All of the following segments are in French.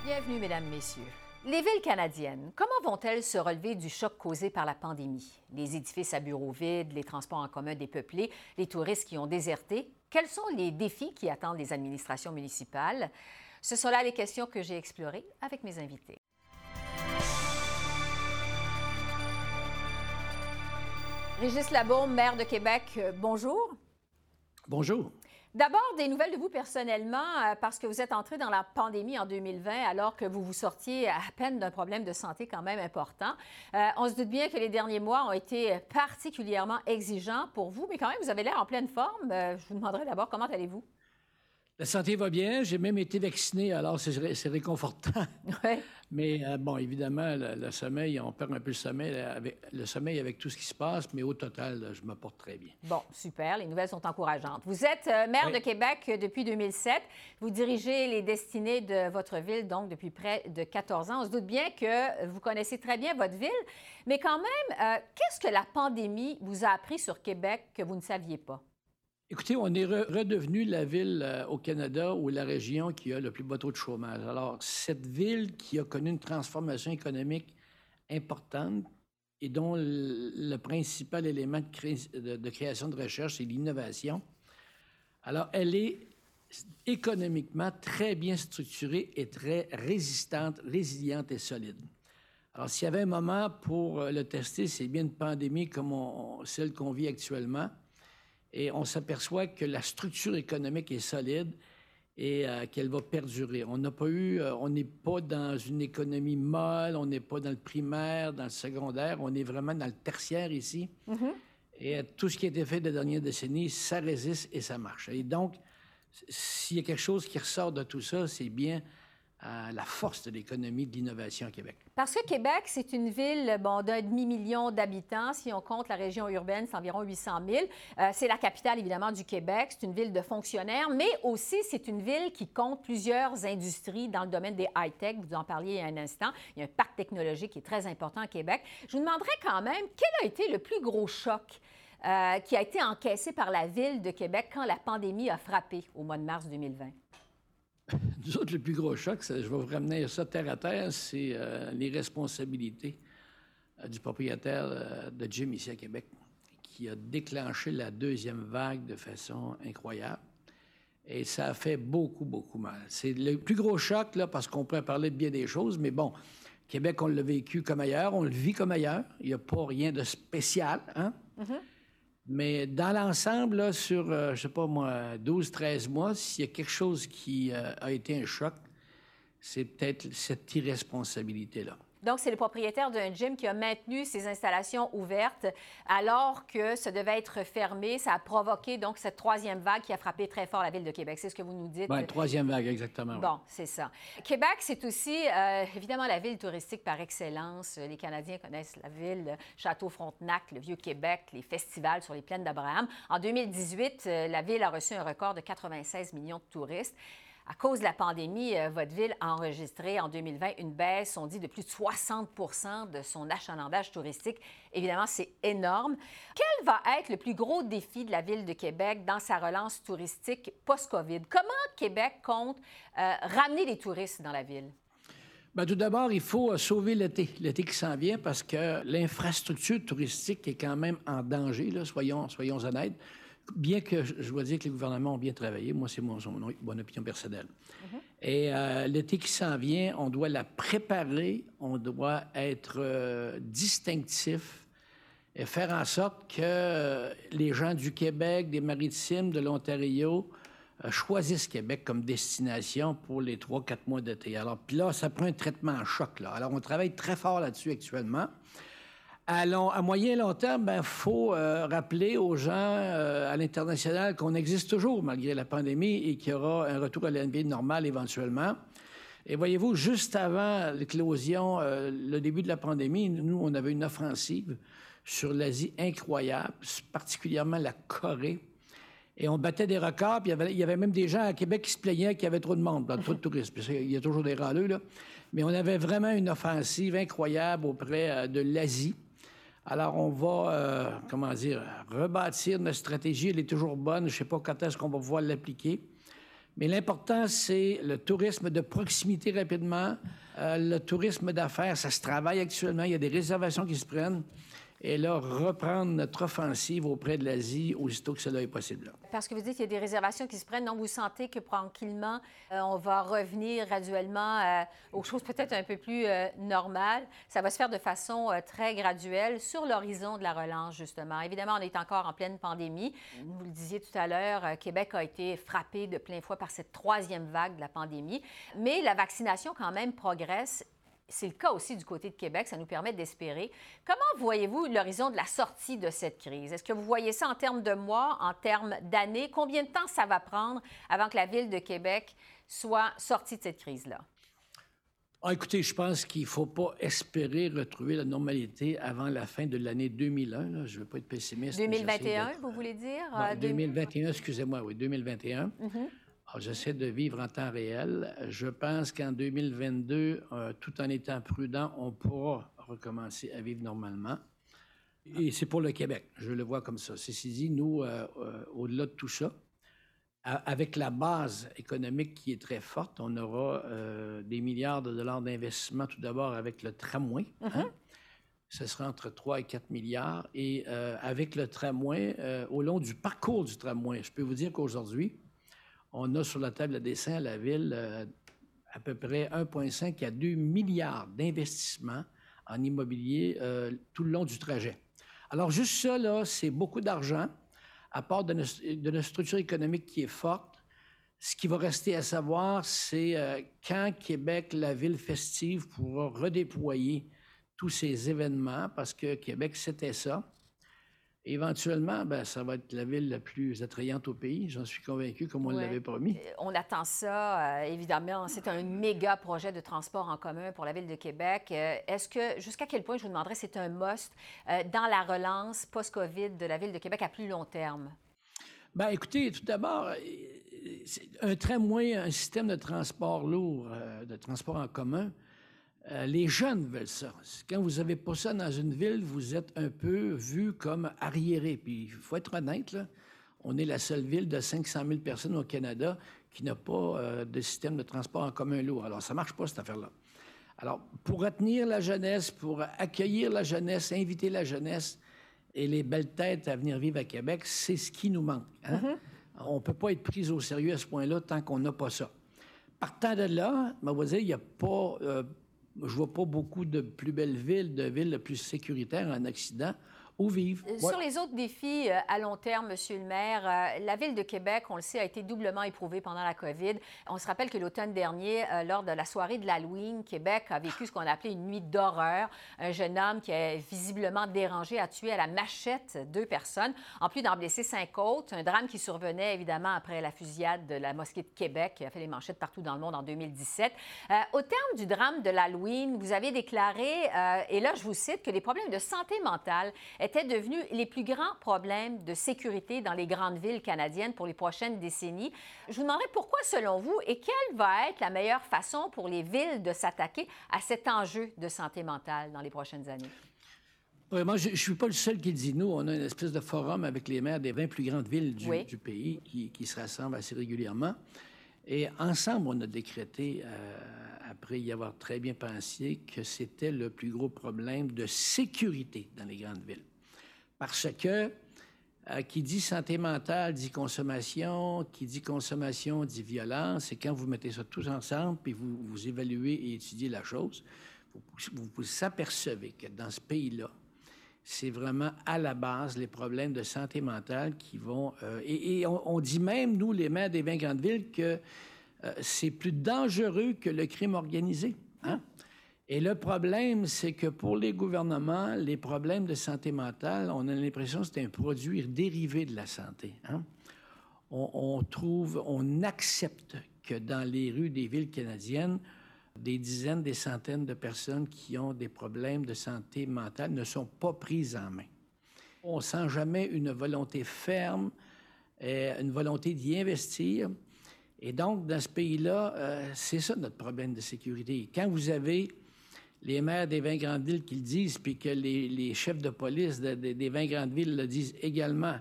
Bienvenue, Mesdames, Messieurs. Les villes canadiennes, comment vont-elles se relever du choc causé par la pandémie? Les édifices à bureaux vides, les transports en commun dépeuplés, les touristes qui ont déserté. Quels sont les défis qui attendent les administrations municipales? Ce sont là les questions que j'ai explorées avec mes invités. Régis Labaume, maire de Québec, bonjour. Bonjour. D'abord, des nouvelles de vous personnellement, parce que vous êtes entré dans la pandémie en 2020 alors que vous vous sortiez à peine d'un problème de santé quand même important. On se doute bien que les derniers mois ont été particulièrement exigeants pour vous, mais quand même, vous avez l'air en pleine forme. Je vous demanderai d'abord comment allez-vous? La santé va bien. J'ai même été vacciné, alors c'est réconfortant. Oui. Mais bon, évidemment, le sommeil, on perd un peu le sommeil avec tout ce qui se passe, mais au total, je me porte très bien. Bon, super. Les nouvelles sont encourageantes. Vous êtes maire de Québec depuis 2007. Vous dirigez les destinées de votre ville, donc, depuis près de 14 ans. On se doute bien que vous connaissez très bien votre ville. Mais quand même, qu'est-ce que la pandémie vous a appris sur Québec que vous ne saviez pas? Écoutez, on est redevenu la ville au Canada ou la région qui a le plus bas taux de chômage. Alors, cette ville qui a connu une transformation économique importante et dont le principal élément de création de recherche, c'est l'innovation. Alors, elle est économiquement très bien structurée et très résistante, résiliente et solide. Alors, s'il y avait un moment pour le tester, c'est bien une pandémie comme celle qu'on vit actuellement. Et on s'aperçoit que la structure économique est solide et qu'elle va perdurer. On n'est pas dans une économie molle, on n'est pas dans le primaire, dans le secondaire, on est vraiment dans le tertiaire ici. Mm-hmm. Et tout ce qui a été fait des dernières décennies, ça résiste et ça marche. Et donc, s'il y a quelque chose qui ressort de tout ça, c'est bien la force de l'économie de l'innovation à Québec. Parce que Québec, c'est une ville d'un demi-million d'habitants. Si on compte la région urbaine, c'est environ 800 000. C'est la capitale, évidemment, du Québec. C'est une ville de fonctionnaires, mais aussi c'est une ville qui compte plusieurs industries dans le domaine des high-tech. Vous en parliez il y a un instant. Il y a un parc technologique qui est très important à Québec. Je vous demanderais quand même, quel a été le plus gros choc qui a été encaissé par la ville de Québec quand la pandémie a frappé au mois de mars 2020? Nous autres, le plus gros choc, je vais vous ramener ça terre à terre, c'est les responsabilités du propriétaire de gym ici à Québec, qui a déclenché la deuxième vague de façon incroyable. Et ça a fait beaucoup, beaucoup mal. C'est le plus gros choc, là, parce qu'on pourrait parler de bien des choses, mais bon, Québec, on l'a vécu comme ailleurs, on le vit comme ailleurs. Il n'y a pas rien de spécial, hein? Mm-hmm. Mais dans l'ensemble, là, sur, je ne sais pas moi, 12, 13 mois, s'il y a quelque chose qui a été un choc, c'est peut-être cette irresponsabilité-là. Donc, c'est le propriétaire d'un gym qui a maintenu ses installations ouvertes alors que ça devait être fermé. Ça a provoqué donc cette troisième vague qui a frappé très fort la ville de Québec. C'est ce que vous nous dites? Oui, troisième vague, exactement. Bon, c'est ça. Québec, c'est aussi évidemment la ville touristique par excellence. Les Canadiens connaissent la ville, Château-Frontenac, le Vieux-Québec, les festivals sur les plaines d'Abraham. En 2018, la ville a reçu un record de 96 millions de touristes. À cause de la pandémie, votre ville a enregistré en 2020 une baisse, on dit, de plus de 60 % de son achalandage touristique. Évidemment, c'est énorme. Quel va être le plus gros défi de la ville de Québec dans sa relance touristique post-COVID? Comment Québec compte ramener les touristes dans la ville? Bien, tout d'abord, il faut sauver l'été qui s'en vient, parce que l'infrastructure touristique est quand même en danger, là, soyons honnêtes. Bien que je dois dire que les gouvernements ont bien travaillé, moi, c'est mon opinion personnelle. Mm-hmm. Et l'été qui s'en vient, on doit la préparer, on doit être distinctif et faire en sorte que les gens du Québec, des Maritimes, de l'Ontario choisissent Québec comme destination pour les 3-4 mois d'été. Alors, puis là, ça prend un traitement en choc, là. Alors, on travaille très fort là-dessus actuellement. À moyen et long terme, il faut rappeler aux gens à l'international qu'on existe toujours malgré la pandémie et qu'il y aura un retour à la vie normale éventuellement. Et voyez-vous, juste avant l'éclosion, le début de la pandémie, nous, on avait une offensive sur l'Asie incroyable, particulièrement la Corée. Et on battait des records, puis il y avait même des gens à Québec qui se plaignaient qu'il y avait trop de monde, trop de touristes. Il y a toujours des râleux, là. Mais on avait vraiment une offensive incroyable auprès de l'Asie. Alors, on va, rebâtir notre stratégie. Elle est toujours bonne. Je ne sais pas quand est-ce qu'on va pouvoir l'appliquer. Mais l'important, c'est le tourisme de proximité rapidement. Le tourisme d'affaires, ça se travaille actuellement. Il y a des réservations qui se prennent. Et là, reprendre notre offensive auprès de l'Asie aussitôt que cela est possible. Parce que vous dites qu'il y a des réservations qui se prennent, donc vous sentez que tranquillement, on va revenir graduellement aux choses peut-être un peu plus normales. Ça va se faire de façon très graduelle sur l'horizon de la relance, justement. Évidemment, on est encore en pleine pandémie. Vous le disiez tout à l'heure, Québec a été frappé de plein fouet par cette troisième vague de la pandémie. Mais la vaccination, quand même, progresse. C'est le cas aussi du côté de Québec, ça nous permet d'espérer. Comment voyez-vous l'horizon de la sortie de cette crise? Est-ce que vous voyez ça en termes de mois, en termes d'années? Combien de temps ça va prendre avant que la Ville de Québec soit sortie de cette crise-là? Écoutez, je pense qu'il ne faut pas espérer retrouver la normalité avant la fin de l'année 2001. Là. Je ne veux pas être pessimiste. 2021, vous voulez dire? 2021, excusez-moi, oui, 2021. Alors, j'essaie de vivre en temps réel. Je pense qu'en 2022, tout en étant prudent, on pourra recommencer à vivre normalement. Et c'est pour le Québec, je le vois comme ça. Ceci dit, nous, au-delà de tout ça, avec la base économique qui est très forte, on aura des milliards de dollars d'investissement, tout d'abord avec le tramway. Hein? Ce sera entre 3 et 4 milliards. Et avec le tramway, au long du parcours du tramway, je peux vous dire qu'aujourd'hui, on a sur la table de dessin à la Ville à peu près 1,5 à 2 milliards d'investissements en immobilier tout le long du trajet. Alors, juste ça, là, c'est beaucoup d'argent, à part de notre structure économique qui est forte. Ce qui va rester à savoir, c'est quand Québec, la ville festive, pourra redéployer tous ces événements, parce que Québec, c'était ça. Éventuellement, ça va être la ville la plus attrayante au pays. J'en suis convaincu, comme on l'avait promis. On attend ça, évidemment. C'est un méga projet de transport en commun pour la Ville de Québec. Est-ce que, jusqu'à quel point, je vous demanderais, c'est un must dans la relance post-COVID de la Ville de Québec à plus long terme? Bien, écoutez, tout d'abord, un tramway, un système de transport lourd, de transport en commun, les jeunes veulent ça. Quand vous n'avez pas ça dans une ville, vous êtes un peu vu comme arriéré. Puis, il faut être honnête, là, on est la seule ville de 500 000 personnes au Canada qui n'a pas de système de transport en commun lourd. Alors, ça ne marche pas, cette affaire-là. Alors, pour retenir la jeunesse, pour accueillir la jeunesse, inviter la jeunesse et les belles têtes à venir vivre à Québec, c'est ce qui nous manque. Hein? On ne peut pas être pris au sérieux à ce point-là tant qu'on n'a pas ça. Partant de là, on va dire, il n'y a pas... je vois pas beaucoup de plus belles villes, de villes plus sécuritaires en Occident où vivre. Sur les autres défis à long terme, Monsieur le maire, la Ville de Québec, on le sait, a été doublement éprouvée pendant la COVID. On se rappelle que l'automne dernier, lors de la soirée de l'Halloween, Québec a vécu ce qu'on a appelé une nuit d'horreur. Un jeune homme qui est visiblement dérangé a tué à la machette 2 personnes, en plus d'en blesser 5 autres. Un drame qui survenait évidemment après la fusillade de la mosquée de Québec, qui a fait les manchettes partout dans le monde en 2017. Au terme du drame de l'Halloween, vous avez déclaré, et là je vous cite, que les problèmes de santé mentale étaient devenus les plus grands problèmes de sécurité dans les grandes villes canadiennes pour les prochaines décennies. Je vous demanderais pourquoi, selon vous, et quelle va être la meilleure façon pour les villes de s'attaquer à cet enjeu de santé mentale dans les prochaines années? Moi, je ne suis pas le seul qui le dit. Nous, on a une espèce de forum avec les maires des 20 plus grandes villes du pays qui se rassemblent assez régulièrement. Et ensemble, on a décrété, après y avoir très bien pensé, que c'était le plus gros problème de sécurité dans les grandes villes. Parce que qui dit santé mentale dit consommation, qui dit consommation dit violence. Et quand vous mettez ça tous ensemble, puis vous évaluez et étudiez la chose, vous vous apercevez que dans ce pays-là, c'est vraiment à la base les problèmes de santé mentale qui vont... et on dit même, nous, les maires des 20 grandes villes, que c'est plus dangereux que le crime organisé. Hein? Et le problème, c'est que pour les gouvernements, les problèmes de santé mentale, on a l'impression que c'est un produit dérivé de la santé. Hein? On accepte que dans les rues des villes canadiennes, des dizaines, des centaines de personnes qui ont des problèmes de santé mentale ne sont pas prises en main. On ne sent jamais une volonté ferme, une volonté d'y investir. Et donc, dans ce pays-là, c'est ça notre problème de sécurité. Quand vous avez les maires des 20 grandes villes qui le disent, puis que les chefs de police des 20 grandes villes le disent également,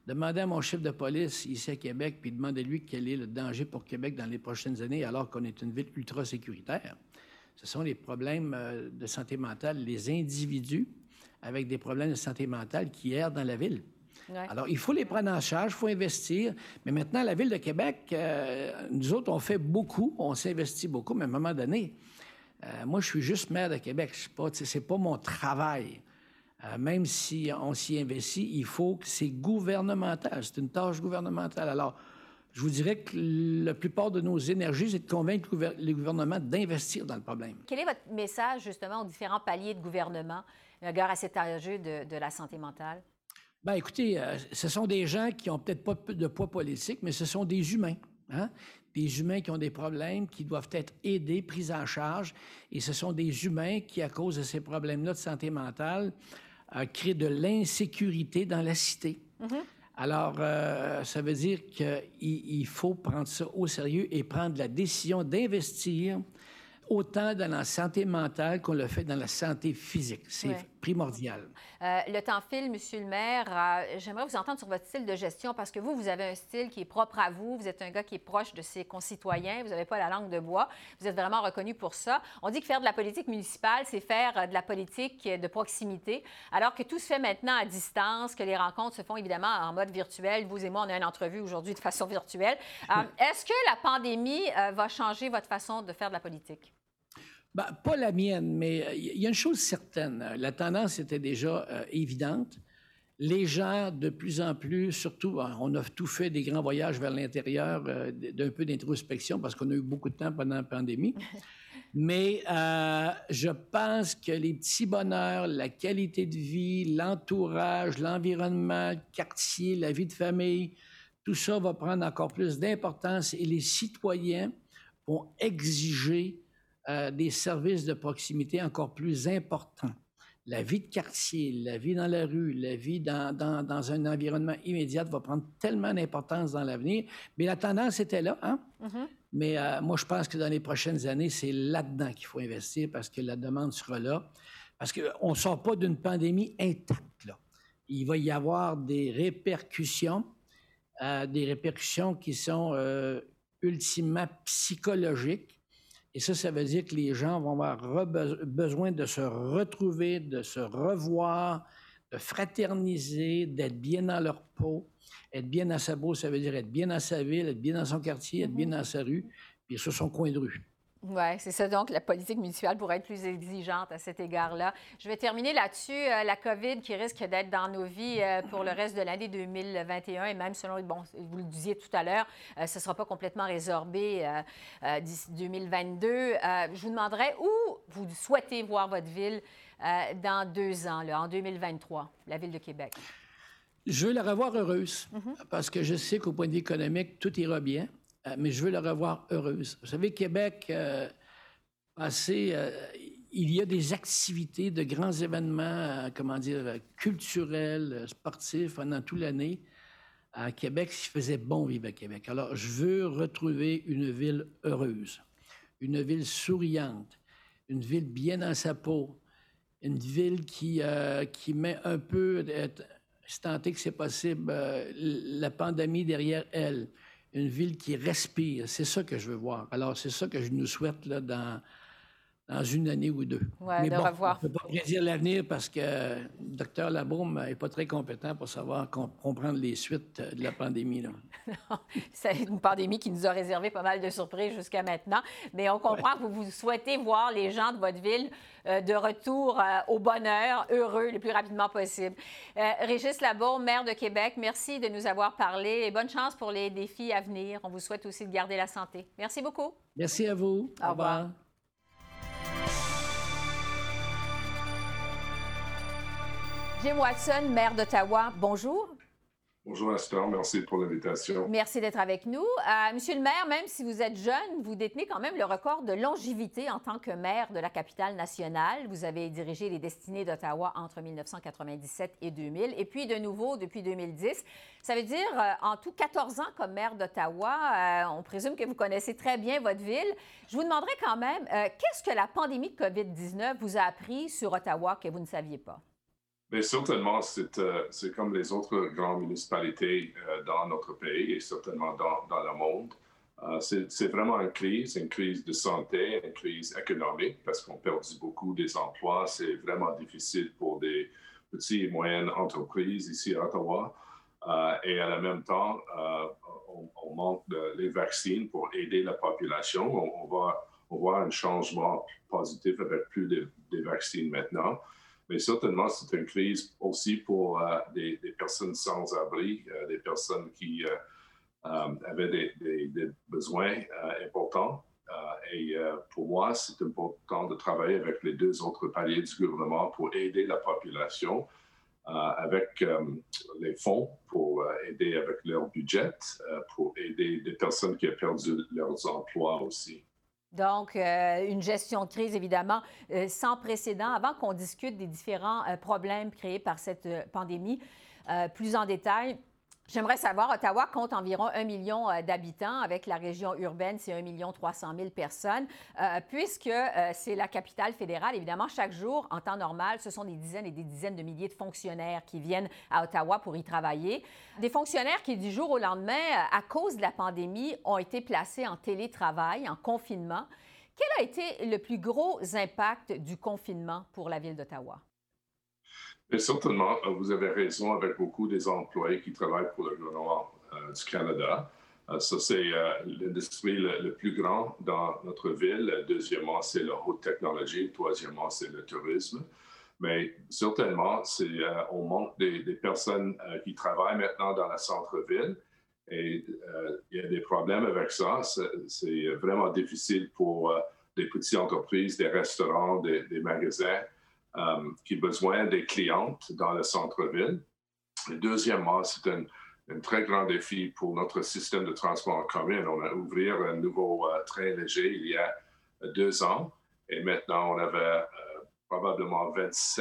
Demandez à mon chef de police ici à Québec, puis demandez-lui quel est le danger pour Québec dans les prochaines années, alors qu'on est une ville ultra sécuritaire. Ce sont les problèmes de santé mentale, les individus avec des problèmes de santé mentale qui errent dans la ville. Ouais. Alors, il faut les prendre en charge, il faut investir. Mais maintenant, la Ville de Québec, nous autres, on fait beaucoup, on s'investit beaucoup, mais à un moment donné, moi, je suis juste maire de Québec. C'est pas mon travail. Même si on s'y investit, il faut que c'est gouvernemental. C'est une tâche gouvernementale. Alors, je vous dirais que la plupart de nos énergies, c'est de convaincre les gouvernements d'investir dans le problème. Quel est votre message, justement, aux différents paliers de gouvernement à cet enjeu de la santé mentale? Bien, écoutez, ce sont des gens qui n'ont peut-être pas de poids politique, mais ce sont des humains. Hein? Des humains qui ont des problèmes, qui doivent être aidés, pris en charge. Et ce sont des humains qui, à cause de ces problèmes-là de santé mentale, créent de l'insécurité dans la cité. Mm-hmm. Alors, ça veut dire qu'il faut prendre ça au sérieux et prendre la décision d'investir autant dans la santé mentale qu'on le fait dans la santé physique. C'est primordial. Le temps file, Monsieur le maire. J'aimerais vous entendre sur votre style de gestion parce que vous avez un style qui est propre à vous. Vous êtes un gars qui est proche de ses concitoyens. Vous n'avez pas la langue de bois. Vous êtes vraiment reconnu pour ça. On dit que faire de la politique municipale, c'est faire de la politique de proximité, alors que tout se fait maintenant à distance, que les rencontres se font évidemment en mode virtuel. Vous et moi, on a une entrevue aujourd'hui de façon virtuelle. Est-ce que la pandémie va changer votre façon de faire de la politique? Bien, pas la mienne, mais il y a une chose certaine. La tendance était déjà évidente. Les gens, de plus en plus, surtout, on a tout fait des grands voyages vers l'intérieur, d'un peu d'introspection, parce qu'on a eu beaucoup de temps pendant la pandémie. Mais je pense que les petits bonheurs, la qualité de vie, l'entourage, l'environnement, le quartier, la vie de famille, tout ça va prendre encore plus d'importance et les citoyens vont exiger des services de proximité encore plus importants. La vie de quartier, la vie dans la rue, la vie dans un environnement immédiat va prendre tellement d'importance dans l'avenir. Mais la tendance était là, hein? Mm-hmm. Mais moi, je pense que dans les prochaines années, c'est là-dedans qu'il faut investir parce que la demande sera là. Parce qu'on ne sort pas d'une pandémie intacte, là. Il va y avoir des répercussions qui sont ultimement psychologiques. Et ça veut dire que les gens vont avoir besoin de se retrouver, de se revoir, de fraterniser, d'être bien dans leur peau. Être bien dans sa peau, ça veut dire être bien dans sa ville, être bien dans son quartier, être bien dans sa rue, puis sur son coin de rue. Oui, c'est ça. Donc, la politique municipale pourrait être plus exigeante à cet égard-là. Je vais terminer là-dessus. La COVID qui risque d'être dans nos vies pour le reste de l'année 2021 et même selon, bon, vous le disiez tout à l'heure, ce ne sera pas complètement résorbé d'ici 2022. Je vous demanderais où vous souhaitez voir votre ville dans 2 ans, là, en 2023, la ville de Québec. Je veux la revoir heureuse parce que je sais qu'au point de vue économique, tout ira bien. Mais je veux la revoir heureuse. Vous savez, Québec, il y a des activités, de grands événements, culturels, sportifs pendant toute l'année. À Québec, il faisait bon vivre à Québec. Alors, je veux retrouver une ville heureuse, une ville souriante, une ville bien dans sa peau, une ville qui met un peu, si tant est que c'est possible, la pandémie derrière elle. Une ville qui respire, c'est ça que je veux voir. Alors, c'est ça que je nous souhaite là, dans une année ou deux. Ouais, mais bon, revoir. On ne peut pas prédire l'avenir parce que le docteur Labaume n'est pas très compétent pour savoir comprendre les suites de la pandémie. Là. C'est une pandémie qui nous a réservé pas mal de surprises jusqu'à maintenant. Mais on comprend que vous souhaitez voir les gens de votre ville de retour au bonheur, heureux, le plus rapidement possible. Régis Labaume, maire de Québec, merci de nous avoir parlé et bonne chance pour les défis à venir. On vous souhaite aussi de garder la santé. Merci beaucoup. Merci à vous. Au revoir. Jim Watson, maire d'Ottawa, bonjour. Bonjour Astor, merci pour l'invitation. Merci d'être avec nous. Monsieur le maire, même si vous êtes jeune, vous détenez quand même le record de longévité en tant que maire de la capitale nationale. Vous avez dirigé les destinées d'Ottawa entre 1997 et 2000, et puis de nouveau depuis 2010. Ça veut dire en tout 14 ans comme maire d'Ottawa. On présume que vous connaissez très bien votre ville. Je vous demanderais quand même, qu'est-ce que la pandémie de COVID-19 vous a appris sur Ottawa que vous ne saviez pas? Mais certainement, c'est comme les autres grandes municipalités dans notre pays et certainement dans le monde. C'est vraiment une crise de santé, une crise économique parce qu'on perd beaucoup des emplois. C'est vraiment difficile pour des petites et moyennes entreprises ici à Ottawa. Et à la même temps, on manque les vaccins pour aider la population. On voit un changement positif avec plus de vaccins maintenant. Mais certainement, c'est une crise aussi pour des personnes sans abri, des personnes qui avaient des besoins importants. Et pour moi, c'est important de travailler avec les deux autres paliers du gouvernement pour aider la population avec les fonds pour aider avec leur budget, pour aider des personnes qui ont perdu leurs emplois aussi. Donc, une gestion de crise, évidemment, sans précédent. Avant qu'on discute des différents problèmes créés par cette pandémie plus en détail, j'aimerais savoir, Ottawa compte environ 1 million d'habitants. Avec la région urbaine, c'est 1 300 000 personnes. Puisque c'est la capitale fédérale, évidemment, chaque jour, en temps normal, ce sont des dizaines et des dizaines de milliers de fonctionnaires qui viennent à Ottawa pour y travailler. Des fonctionnaires qui, du jour au lendemain, à cause de la pandémie, ont été placés en télétravail, en confinement. Quel a été le plus gros impact du confinement pour la Ville d'Ottawa? Et certainement, vous avez raison avec beaucoup des employés qui travaillent pour le gouvernement du Canada. Ça, c'est l'industrie le plus grand dans notre ville. Deuxièmement, c'est la haute technologie. Troisièmement, c'est le tourisme. Mais certainement, on manque des personnes qui travaillent maintenant dans la centre-ville. Et il y a des problèmes avec ça. C'est vraiment difficile pour des petites entreprises, des restaurants, des magasins qui ont besoin des clientes dans le centre-ville. Et deuxièmement, c'est un très grand défi pour notre système de transport en commun. On a ouvert un nouveau train léger il y a 2 ans et maintenant on avait probablement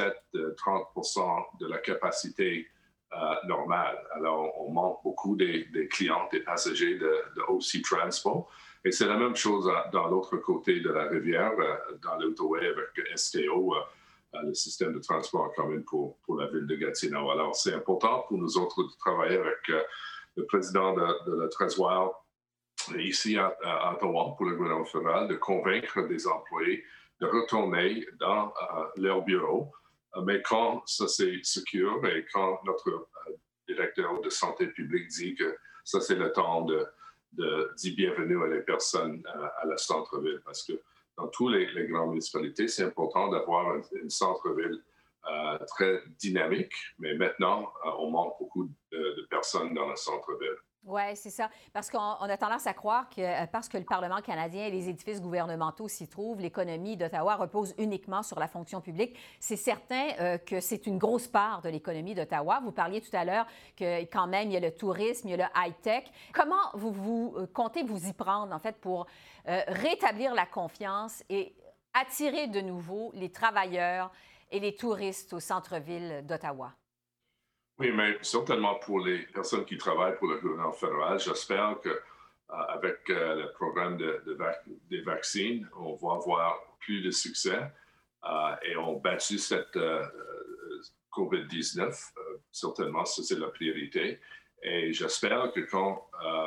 27-30% de la capacité normale. Alors on manque beaucoup des clients, des passagers de OC Transport. Et c'est la même chose dans l'autre côté de la rivière, dans l'Outaouais avec STO, le système de transport en commun pour la ville de Gatineau. Alors, c'est important pour nous autres de travailler avec le président de la Trésor ici à Ottawa pour le gouvernement fédéral, de convaincre des employés de retourner dans leur bureau. Mais quand ça c'est sûr et quand notre directeur de santé publique dit que ça c'est le temps de dire bienvenue à les personnes à la centre-ville, parce que dans toutes les grandes municipalités, c'est important d'avoir une centre-ville très dynamique, mais maintenant, on manque beaucoup de personnes dans le centre-ville. Oui, c'est ça. Parce qu'on a tendance à croire que parce que le Parlement canadien et les édifices gouvernementaux s'y trouvent, l'économie d'Ottawa repose uniquement sur la fonction publique. C'est certain que c'est une grosse part de l'économie d'Ottawa. Vous parliez tout à l'heure que quand même, il y a le tourisme, il y a le high-tech. Comment vous comptez vous y prendre, en fait, pour rétablir la confiance et attirer de nouveau les travailleurs et les touristes au centre-ville d'Ottawa? Oui, mais certainement pour les personnes qui travaillent pour le gouvernement fédéral, j'espère qu'avec le programme des vaccins, on va avoir plus de succès et on battu cette COVID-19. Certainement, ça, c'est la priorité. Et j'espère que quand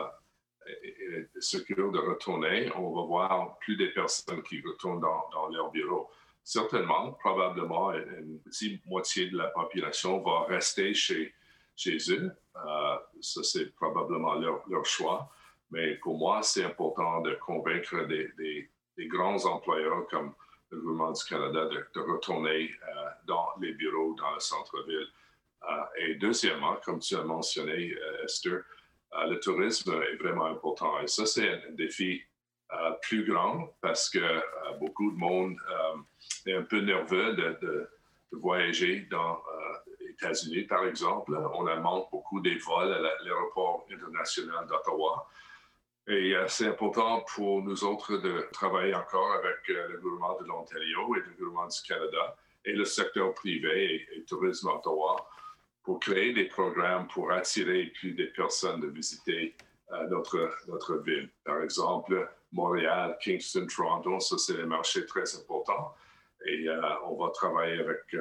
c'est sûr de retourner, on va voir plus de personnes qui retournent dans leur bureau. Certainement, probablement, une petite moitié de la population va rester chez eux. Ça, c'est probablement leur choix. Mais pour moi, c'est important de convaincre des grands employeurs comme le gouvernement du Canada de retourner dans les bureaux, dans le centre-ville. Et deuxièmement, comme tu as mentionné, Esther, le tourisme est vraiment important. Et ça, c'est un défi plus grand parce que beaucoup de monde est un peu nerveux de voyager dans les États-Unis, par exemple. On manque beaucoup des vols à l'aéroport international d'Ottawa. Et c'est important pour nous autres de travailler encore avec le gouvernement de l'Ontario et le gouvernement du Canada et le secteur privé et le tourisme à Ottawa pour créer des programmes pour attirer plus de personnes de visiter notre ville. Par exemple, Montréal, Kingston, Toronto, ça c'est des marchés très importants. Et on va travailler avec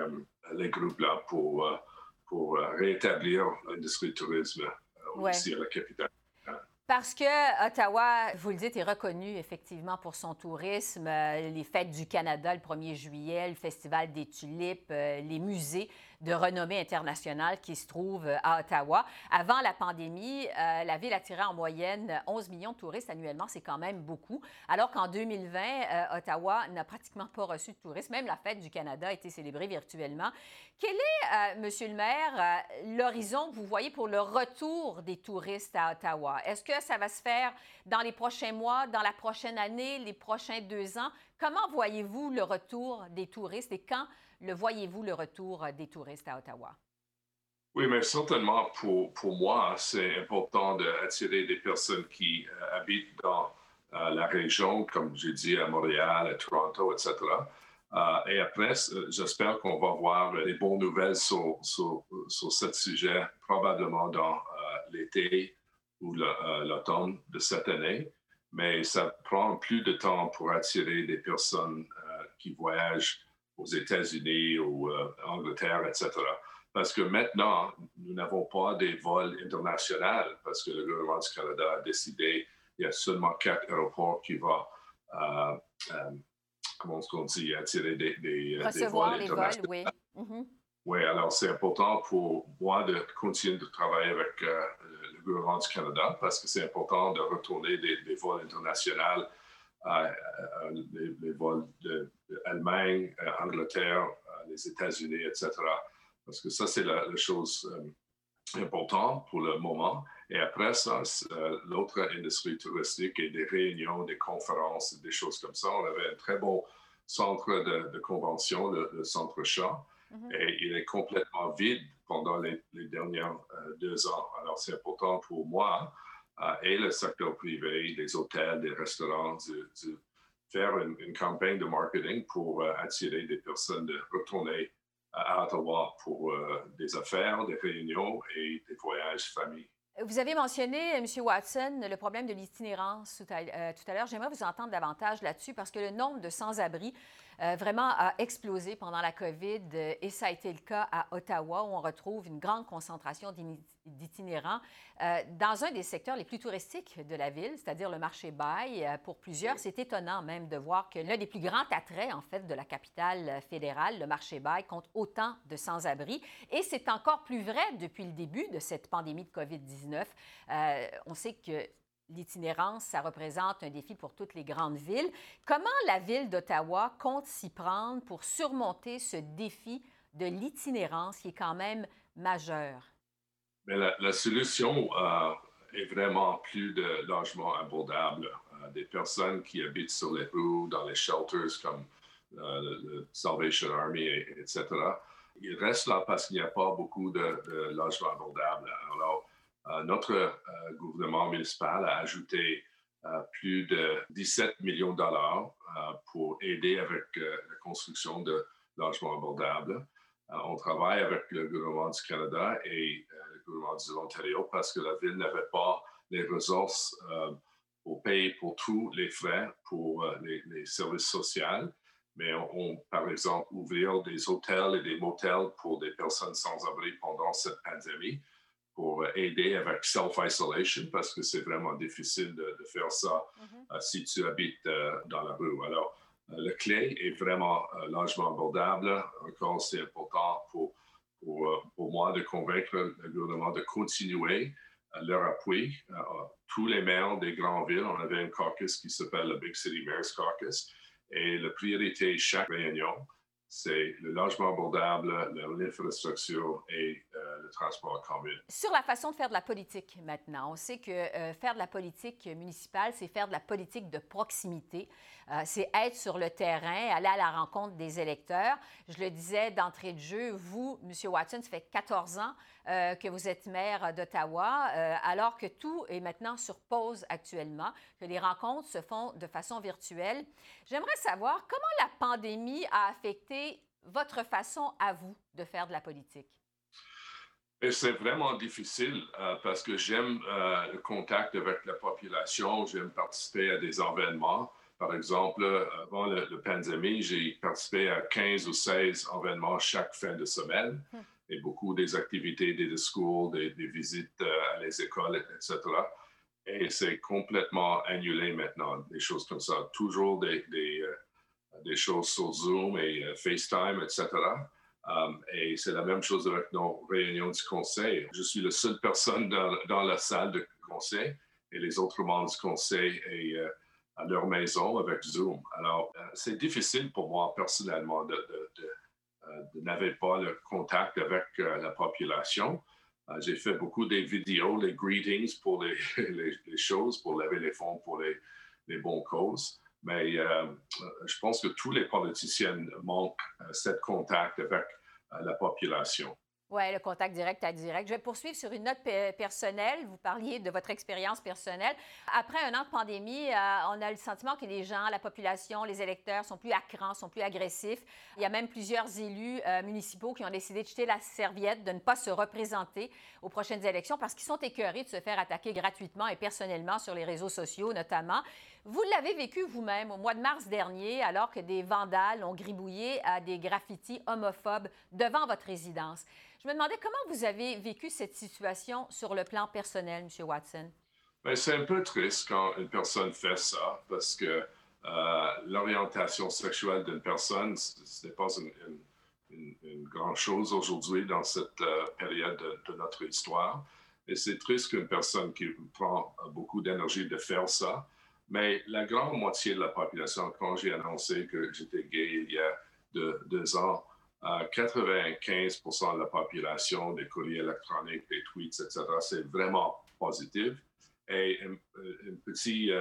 les groupes-là pour rétablir l'industrie du tourisme ici à la capitale. Parce que Ottawa, vous le dites, est reconnu effectivement pour son tourisme, les fêtes du Canada le 1er juillet, le Festival des tulipes, les musées de renommée internationale qui se trouvent à Ottawa. Avant la pandémie, la ville attirait en moyenne 11 millions de touristes annuellement. C'est quand même beaucoup. Alors qu'en 2020, Ottawa n'a pratiquement pas reçu de touristes. Même la fête du Canada a été célébrée virtuellement. Quel est, Monsieur le maire, l'horizon que vous voyez pour le retour des touristes à Ottawa? Est-ce que ça va se faire dans les prochains mois, dans la prochaine année, les prochains 2 ans? Comment voyez-vous le retour des touristes et quand le voyez-vous le retour des touristes à Ottawa? Oui, mais certainement pour moi, c'est important d'attirer des personnes qui habitent dans la région, comme j'ai dit, à Montréal, à Toronto, etc. Et après, j'espère qu'on va voir des bonnes nouvelles sur ce sujet, probablement dans l'été ou l'automne de cette année. Mais ça prend plus de temps pour attirer des personnes qui voyagent aux États-Unis ou en Angleterre, etc. Parce que maintenant, nous n'avons pas des vols internationaux parce que le gouvernement du Canada a décidé qu'il y a seulement 4 aéroports qui vont, comment est-ce qu'on dit, attirer des vols les internationaux. vols, oui. Mm-hmm. Oui, alors c'est important pour moi de continuer de travailler avec le gouvernement du Canada parce que c'est important de retourner des vols internationaux, les vols d'Allemagne, Angleterre, les États-Unis, etc. Parce que ça, c'est la chose importante pour le moment. Et après ça, l'autre industrie touristique et des réunions, des conférences, des choses comme ça. On avait un très bon centre de convention, le Centre Shaw. Mm-hmm. Et il est complètement vide pendant les dernières 2 ans. Alors, c'est important pour moi et le secteur privé, les hôtels, les restaurants, de faire une campagne de marketing pour attirer des personnes de retourner à Ottawa pour des affaires, des réunions et des voyages famille. Vous avez mentionné, M. Watson, le problème de l'itinérance tout à l'heure. J'aimerais vous entendre davantage là-dessus parce que le nombre de sans-abri vraiment a explosé pendant la COVID et ça a été le cas à Ottawa où on retrouve une grande concentration d'itinérants dans un des secteurs les plus touristiques de la ville, c'est-à-dire le marché Bail. Pour plusieurs, c'est étonnant même de voir que l'un des plus grands attraits, en fait, de la capitale fédérale, le marché Bail, compte autant de sans-abri. Et c'est encore plus vrai depuis le début de cette pandémie de COVID-19. On sait que l'itinérance, ça représente un défi pour toutes les grandes villes. Comment la ville d'Ottawa compte s'y prendre pour surmonter ce défi de l'itinérance qui est quand même majeur? Mais la solution est vraiment plus de logements abordables. Des personnes qui habitent sur les rues, dans les shelters comme le Salvation Army, etc. Ils restent là parce qu'il n'y a pas beaucoup de logements abordables. Alors, notre gouvernement municipal a ajouté plus de 17 millions de dollars pour aider avec la construction de logements abordables. On travaille avec le gouvernement du Canada et le gouvernement de l'Ontario parce que la ville n'avait pas les ressources pour payer pour tous les frais pour les services sociaux. Mais par exemple, ouvrir des hôtels et des motels pour des personnes sans abri pendant cette pandémie pour aider avec self-isolation parce que c'est vraiment difficile de faire ça si tu habites dans la rue. Alors, la clé est vraiment logement abordable. Encore, c'est important pour moi de convaincre le gouvernement de continuer leur appui. Tous les maires des grandes villes, on avait un caucus qui s'appelle le Big City Mayor's Caucus. Et la priorité de chaque réunion, c'est le logement abordable, l'infrastructure et le transport commun. Sur la façon de faire de la politique maintenant, on sait que faire de la politique municipale, c'est faire de la politique de proximité. C'est être sur le terrain, aller à la rencontre des électeurs. Je le disais d'entrée de jeu, vous, M. Watson, ça fait 14 ans que vous êtes maire d'Ottawa, alors que tout est maintenant sur pause actuellement, que les rencontres se font de façon virtuelle. J'aimerais savoir comment la pandémie a affecté votre façon à vous de faire de la politique. Et c'est vraiment difficile parce que j'aime le contact avec la population, j'aime participer à des événements, Par exemple, avant le pandémie, j'ai participé à 15 ou 16 événements chaque fin de semaine et beaucoup des activités, des discours, des visites à les écoles, etc. Et c'est complètement annulé maintenant, des choses comme ça. Toujours des choses sur Zoom et FaceTime, etc. Et c'est la même chose avec nos réunions du conseil. Je suis la seule personne dans la salle de conseil et les autres membres du conseil et à leur maison avec Zoom. Alors, c'est difficile pour moi personnellement de n'avoir pas le contact avec la population. J'ai fait beaucoup des vidéos, les greetings pour les choses, pour lever les fonds pour les bonnes causes. Mais je pense que tous les politiciens manquent ce contact avec la population. Oui, le contact direct à direct. Je vais poursuivre sur une note personnelle. Vous parliez de votre expérience personnelle. Après un an de pandémie, on a le sentiment que les gens, la population, les électeurs sont plus à cran, sont plus agressifs. Il y a même plusieurs élus municipaux qui ont décidé de jeter la serviette, de ne pas se représenter aux prochaines élections parce qu'ils sont écœurés de se faire attaquer gratuitement et personnellement sur les réseaux sociaux notamment. Vous l'avez vécu vous-même au mois de mars dernier, alors que des vandales ont gribouillé à des graffitis homophobes devant votre résidence. Je me demandais comment vous avez vécu cette situation sur le plan personnel, M. Watson. Bien, c'est un peu triste quand une personne fait ça parce que l'orientation sexuelle d'une personne, ce n'est pas une grande chose aujourd'hui dans cette période de notre histoire. Et c'est triste qu'une personne qui prend beaucoup d'énergie de faire ça. Mais la grande moitié de la population, quand j'ai annoncé que j'étais gay il y a 2 ans, 95% de la population, des courriers électroniques, des tweets, etc., c'est vraiment positif. Et un petit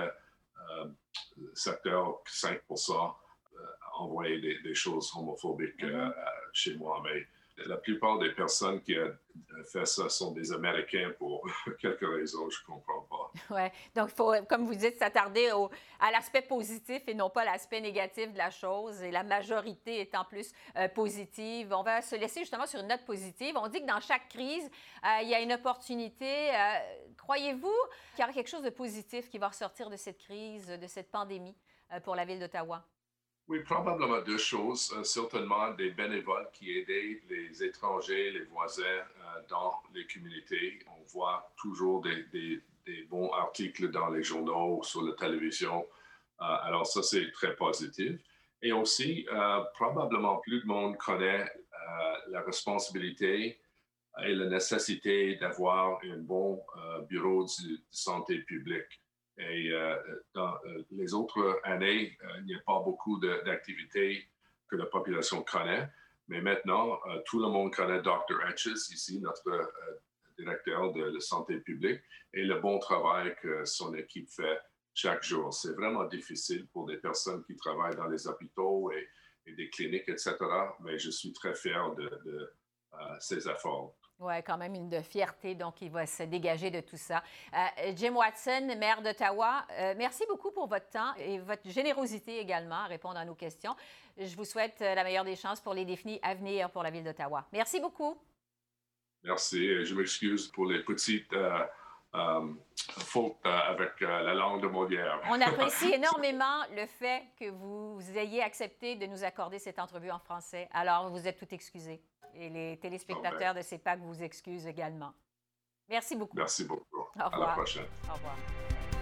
secteur, 5%, envoyé des choses homophobiques chez moi. Mais la plupart des personnes qui ont fait ça sont des Américains pour quelques raisons, je ne comprends pas. Oui, donc il faut, comme vous dites, s'attarder à l'aspect positif et non pas l'aspect négatif de la chose, et la majorité étant plus positive. On va se laisser justement sur une note positive. On dit que dans chaque crise, il y a une opportunité. Croyez-vous qu'il y aura quelque chose de positif qui va ressortir de cette crise, de cette pandémie pour la Ville d'Ottawa? Oui, probablement 2 choses. Certainement des bénévoles qui aident les étrangers, les voisins dans les communautés. On voit toujours des bons articles dans les journaux ou sur la télévision. Alors ça, c'est très positif. Et aussi, probablement plus de monde connaît la responsabilité et la nécessité d'avoir un bon bureau de santé publique. Et dans les autres années, il n'y a pas beaucoup d'activités que la population connaît. Mais maintenant, tout le monde connaît Dr. Etches, ici, notre directeur de la santé publique, et le bon travail que son équipe fait chaque jour. C'est vraiment difficile pour des personnes qui travaillent dans les hôpitaux et des cliniques, etc. Mais je suis très fier de ces efforts. Oui, quand même une fierté, donc il va se dégager de tout ça. Jim Watson, maire d'Ottawa, merci beaucoup pour votre temps et votre générosité également à répondre à nos questions. Je vous souhaite la meilleure des chances pour les défis à venir pour la Ville d'Ottawa. Merci beaucoup. Merci. Je m'excuse pour les petites fautes avec la langue de Molière. On apprécie énormément le fait que vous ayez accepté de nous accorder cette entrevue en français. Alors, vous êtes tout excusés. Et les téléspectateurs de CEPAC vous excusent également. Merci beaucoup. Merci beaucoup. Au revoir. À la prochaine. Au revoir.